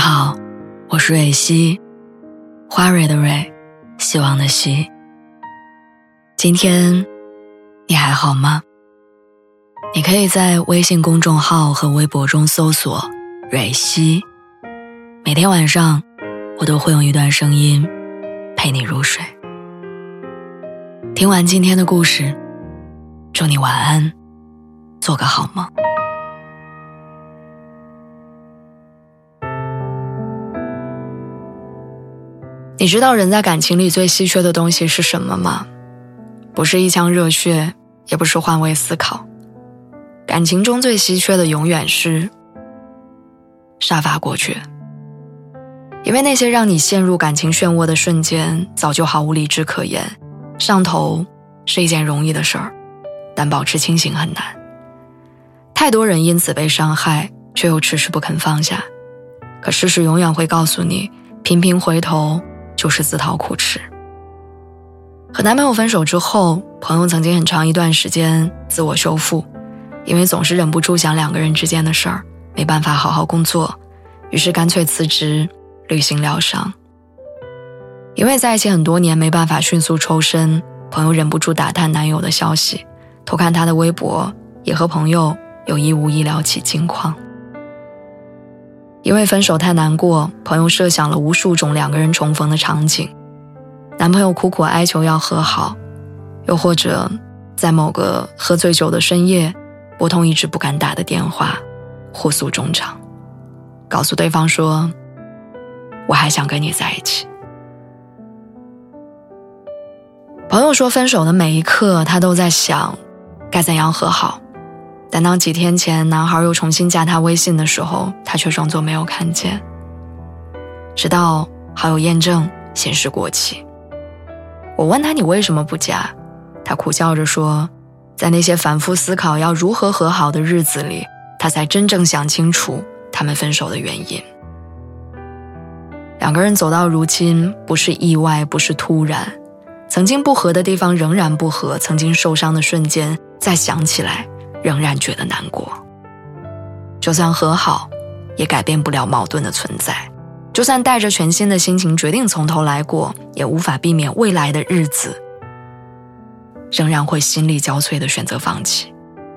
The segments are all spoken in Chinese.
好，我是蕊希，花蕊的蕊，希望的希。今天你还好吗？你可以在微信公众号和微博中搜索蕊希，每天晚上我都会用一段声音陪你入睡。听完今天的故事，祝你晚安，做个好梦。你知道人在感情里最稀缺的东西是什么吗？不是一腔热血，也不是换位思考。感情中最稀缺的永远是杀伐果决。因为那些让你陷入感情漩涡的瞬间早就毫无理智可言，上头是一件容易的事儿，但保持清醒很难。太多人因此被伤害，却又迟迟不肯放下。可事实永远会告诉你，频频回头就是自讨苦吃。和男朋友分手之后，朋友曾经很长一段时间自我修复，因为总是忍不住想两个人之间的事儿，没办法好好工作，于是干脆辞职旅行疗伤。因为在一起很多年没办法迅速抽身，朋友忍不住打探男友的消息，偷看他的微博，也和朋友有意无意聊起近况。因为分手太难过，朋友设想了无数种两个人重逢的场景。男朋友苦苦哀求要和好，又或者在某个喝醉酒的深夜，拨通一直不敢打的电话，互诉衷肠，告诉对方说，我还想跟你在一起。朋友说分手的每一刻他都在想该怎样和好，但当几天前男孩又重新加他微信的时候，他却装作没有看见。直到好友验证显示过期。我问他你为什么不加？他苦笑着说，在那些反复思考要如何和好的日子里，他才真正想清楚他们分手的原因。两个人走到如今，不是意外，不是突然，曾经不合的地方仍然不合，曾经受伤的瞬间再想起来仍然觉得难过。就算和好，也改变不了矛盾的存在。就算带着全新的心情决定从头来过，也无法避免未来的日子仍然会心力交瘁地选择放弃。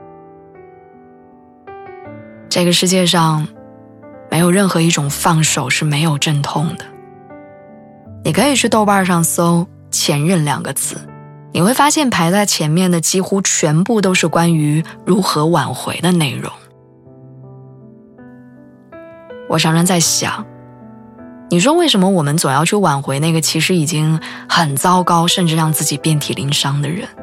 这个世界上没有任何一种放手是没有阵痛的。你可以去豆瓣上搜前任2个字，你会发现排在前面的几乎全部都是关于如何挽回的内容。我常常在想，你说为什么我们总要去挽回那个其实已经很糟糕，甚至让自己遍体鳞伤的人？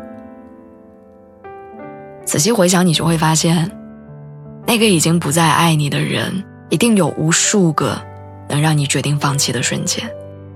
仔细回想，你就会发现，那个已经不再爱你的人，一定有无数个能让你决定放弃的瞬间。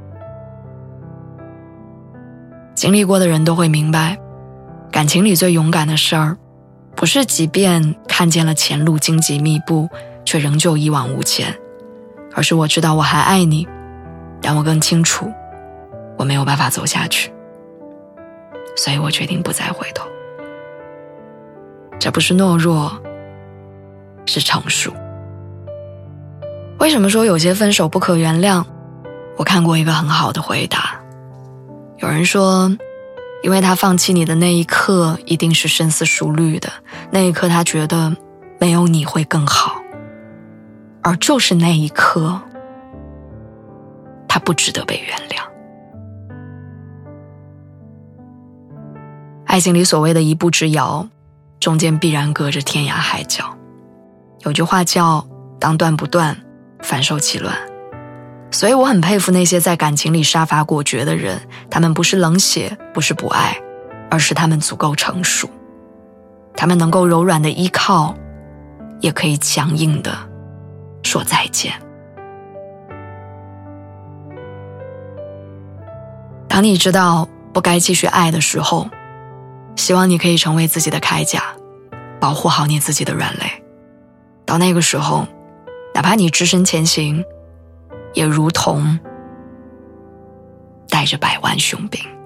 经历过的人都会明白，感情里最勇敢的事儿，不是即便看见了前路荆棘密布，却仍旧一往无前，而是我知道我还爱你，但我更清楚我没有办法走下去，所以我决定不再回头。这不是懦弱，是成熟。为什么说有些分手不可原谅？我看过一个很好的回答。有人说，因为他放弃你的那一刻一定是深思熟虑的，那一刻他觉得没有你会更好，而就是那一刻他不值得被原谅。爱情里所谓的一步之遥，中间必然隔着天涯海角。有句话叫当断不断，反受其乱。所以我很佩服那些在感情里杀伐果决的人，他们不是冷血，不是不爱，而是他们足够成熟。他们能够柔软的依靠，也可以强硬的说再见。当你知道不该继续爱的时候，希望你可以成为自己的铠甲，保护好你自己的软肋。到那个时候，哪怕你只身前行，也如同带着100万雄兵。